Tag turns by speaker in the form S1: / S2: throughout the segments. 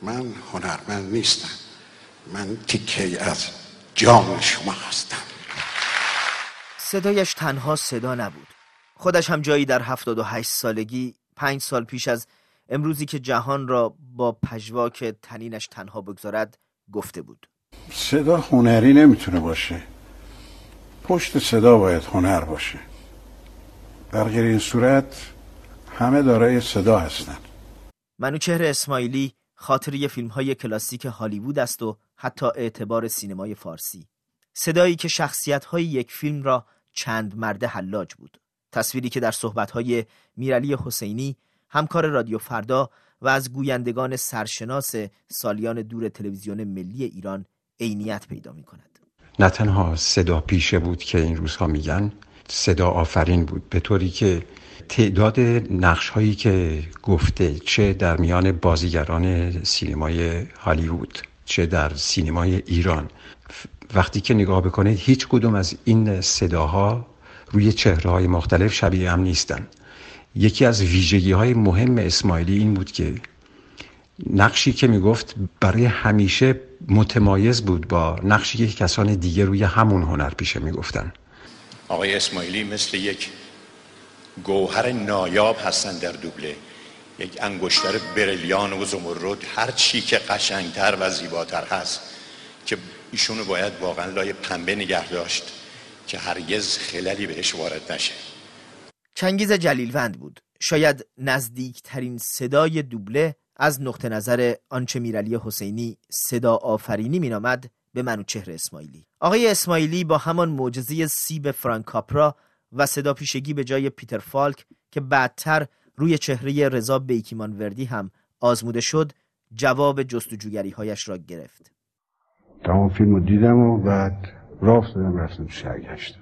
S1: من هنرمند نیستم، من تیکه از جان شما هستم.
S2: صدایش تنها صدا نبود. خودش هم جایی در 78 سالگی 5 سال پیش از امروزی که جهان را با پژواک تنینش تنها بگذارد گفته بود:
S1: صدا هنری نمیتونه باشه، پشت صدا باید هنر باشه. در غیر این صورت همه دارای صدا هستن.
S2: منوچهر اسماعیلی خاطره فیلم‌های کلاسیک هالیوود است و حتی اعتبار سینمای فارسی. صدایی که شخصیت‌های یک فیلم را چند مرده حلاج بود. تصویری که در صحبت‌های میرعلی حسینی، همکار رادیو فردا و از گویندگان سرشناس سالیان دور تلویزیون ملی ایران عینیت پیدا می‌کند.
S3: نه تنها صدا پیشه بود که این روزها میگن، صدا آفرین بود، به طوری که تعداد نقش‌هایی که گفته، چه در میان بازیگران سینمای هالیوود چه در سینمای ایران، وقتی که نگاه بکنید هیچ کدوم از این صداها روی چهره‌های مختلف شبیه هم نیستن. یکی از ویژگی‌های مهم اسماعیلی این بود که نقشی که میگفت برای همیشه متمایز بود با نقشی که کسان دیگه روی همون هنر پیشه میگفتن.
S4: آقای اسماعیلی مثل یک گوهر نایاب هستن در دوبله، یک انگشتر بریلیان و زمرد، هر چی که قشنگتر و زیباتر هست که ایشونو باید واقعا لای پنبه نگه داشت که هرگز خللی بهش وارد نشه.
S2: چنگیز جلیلوند بود، شاید نزدیکترین صدای دوبله از نقطه نظر آنچه میرعلی حسینی صدا آفرینی مینامد به منوچهر اسماعیلی. آقای اسماعیلی با همان معجزه سیب فرانک کاپرا و صدا پیشگی به جای پیتر فالک که بعدتر روی چهره رضا بیکیمانوردی هم آزموده شد، جواب جستجوگری هایش را گرفت.
S1: تمام فیلمو دیدم و بعد راه افتادم رفتم تو شهرگشت.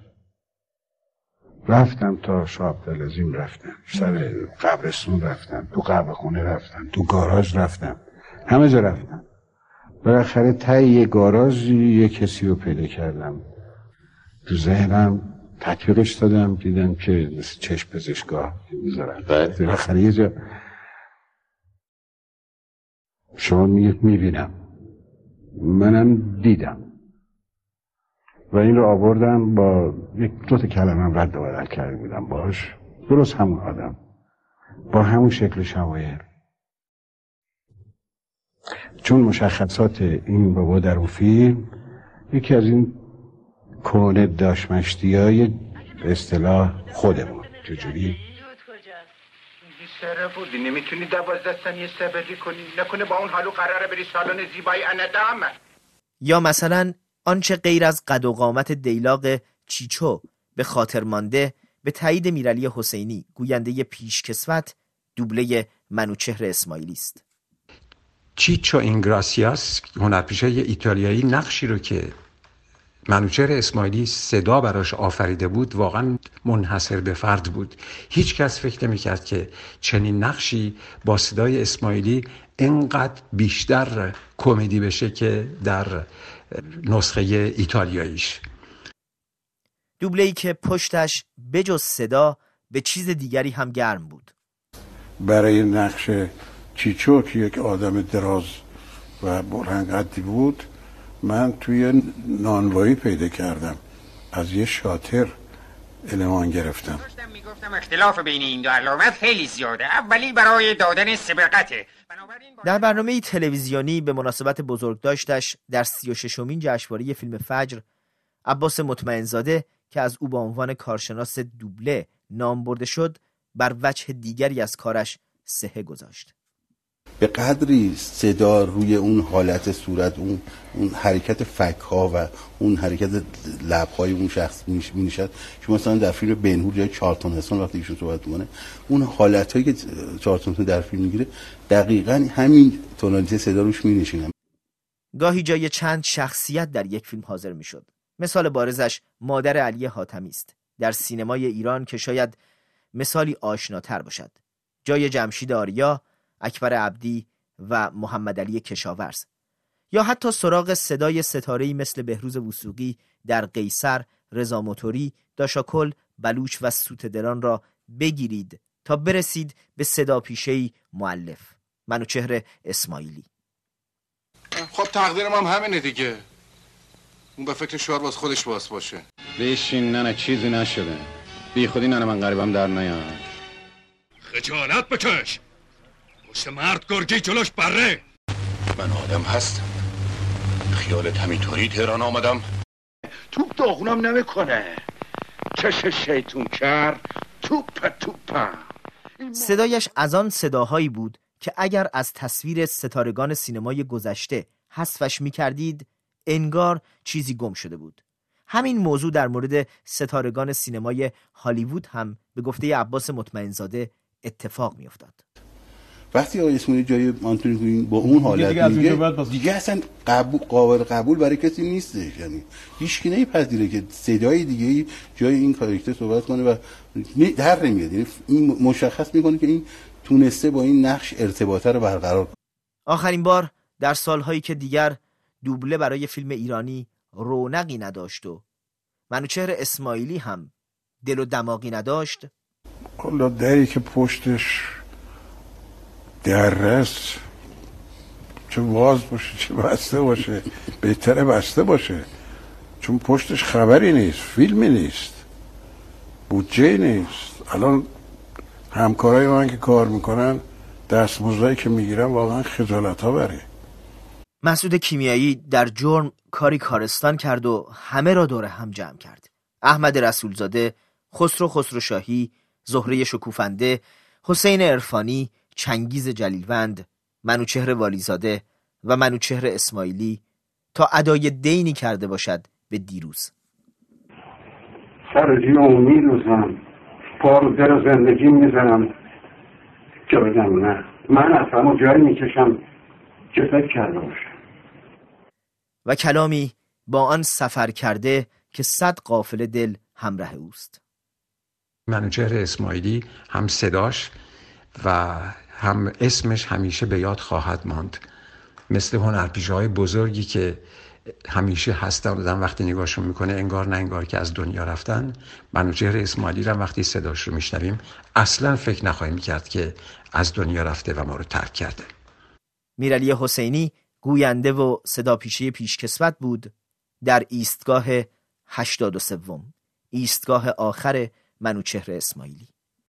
S1: رفتم تا شاه عبدالعظیم، رفتم سر قبرستون، رفتم تو قهوه خونه، رفتم تو گاراژ، رفتم همه جا رفتم. بالاخره ته یه گاراژ یه کسی رو پیدا کردم، تو ذهنم تطبیقش دادم، دیدم که مثل چشم پزشکا میذارن. بالاخره یه جا شما میبینم، منم دیدم و این رو آوردم با یک دو تا کلمه رد و بدل کرده بودم باش، درست همون آدم با همون شکل شمایل. چون مشخصات این بابا در اون فیلم یکی از این کهنه داشمشتیای به اصطلاح خودمون. چجوری؟
S5: سره بودی نمیتونی 12 ثانیه صبری کنی؟ نکنه با اون حالو قراره بری سالن زیبای اندام؟
S2: یا مثلا آنچه غیر از قد و قامت دیلاق چیچو به خاطر مانده به تایید میرعلی حسینی، گوینده پیشکسوت، دوبله منوچهر اسماعیلی است.
S3: چیچو اینگراسیاس، هنرپیشه ایتالیایی، نقشی رو که منوچهر اسماعیلی صدا براش آفریده بود واقعا منحصر به فرد بود. هیچ کس فکر نمی‌کرد که چنین نقشی با صدای اسماعیلی اینقدر بیشتر کمدی بشه که در نسخه ایتالیاییش.
S2: دوبله‌ای که پشتش بجز صدا به چیز دیگری هم گرم بود.
S1: برای نقش چیچو که یک آدم دراز و بلند قدی بود، من توی نانوایی پیدا کردم، از یه شاطر المان گرفتم.
S5: داشتم میگفتم اختلاف بین این دو علامت خیلی زیاده. اولی برای دادن سبقته.
S2: در برنامه تلویزیونی به مناسبت بزرگداشتش در 36مین جشنواره فیلم فجر، عباس مطمئنزاده که از او به عنوان کارشناس دوبله نام برده شد، بر وجه دیگری از کارش صحه گذاشت.
S6: به قدری صدا روی اون حالت صورت، اون حرکت فک‌ها و اون حرکت لب‌های اون شخص می‌نشد. شما مثلا در فیلم بن‌هور جای چارلتون هستون وقتی ایشون صحبت می‌کنه، اون حالتایی که چارلتون در فیلم می‌گیره دقیقاً همین تونالیته صدا روش می‌نشینه.
S2: گاهی جای چند شخصیت در یک فیلم حاضر می‌شد. مثال بارزش مادر علی حاتمی است در سینمای ایران که شاید مثالی آشناتر باشد. جای جمشید آریا، اکبر عبدی و محمد علی کشاورز، یا حتی سراغ صدای ستاره‌ای مثل بهروز وثوقی در قیصر، رضا موتوری، داشاکل، بلوچ و سوته‌دران را بگیرید تا برسید به صدا پیشه‌ای مؤلف، منوچهر اسماعیلی.
S7: خب تقدیرم هم همینه دیگه. اون به فکر شعار باز خودش باشه.
S8: بشین ننه، چیزی نشده. بی خودی ننه من غریبم در نیاد.
S9: خجالت بکش. پشت مرد گرگی جلوش بره.
S4: من آدم هستم. خیالت همینطوری تهران آمدم؟
S5: توپ داغونم نمیکنه. چش شیطون کرد توپ.
S2: صدایش از آن صداهایی بود که اگر از تصویر ستارگان سینمای گذشته حذفش می‌کردید انگار چیزی گم شده بود. همین موضوع در مورد ستارگان سینمای هالیوود هم به گفته عباس مطمئنزاده اتفاق می‌افتاد.
S6: وقتی آقای اسماعیلی جای آنتونی کوین با اون حالت دیگه اصلا قابل قبول برای کسی نیستش. یعنی هیچ کی نمیپذیره که صدای دیگه‌ای جای این کاراکتر صحبت کنه و در نمیاد. یعنی این مشخص میکنه که این تونسته با این نقش ارتباط رو برقرار کنه.
S2: آخرین بار در سالهایی که دیگر دوبله برای فیلم ایرانی رونقی نداشت و منوچهر اسماعیلی هم دل و دماغی نداشت،
S1: کلا دری که پشتش درست چه باز باشه چه بسته باشه بهتره بسته باشه، چون پشتش خبری نیست، فیلمی نیست، بودجه نیست. الان همکارای من که کار میکنن دستمزدی که میگیرن واقعا خجالت ها بره.
S2: مسعود کیمیایی در جرم کاری کارستان کرد و همه را دور هم جمع کرد. احمد رسولزاده، خسرو شاهی، زهره شکوفنده، حسین عرفانی، چنگیز جلیلوند، منوچهر والیزاده و منوچهر اسماعیلی تا ادای دینی کرده باشد به دیروز.
S1: سر جیو میروزم، پارو در زندگی میزنم که بگم نه، من از همون جایی میکشم که فکر کرده باشم.
S2: و کلامی با آن سفر کرده که 100 قافله دل همراه اوست.
S3: منوچهر اسماعیلی هم صداش و هم اسمش همیشه به یاد خواهد ماند، مثل هنرپیشه‌های بزرگی که همیشه هستن و وقتی نگاهشون میکنه انگار نه انگار که از دنیا رفتن. منوچهر اسماعیلی را وقتی صداش رو میشنویم اصلا فکر نخواهیم کرد که از دنیا رفته و ما رو ترک کرده.
S2: میرعلی حسینی گوینده و صداپیشه پیشکسوت بود در ایستگاه 83، ایستگاه آخر منوچهر اسماعیلی.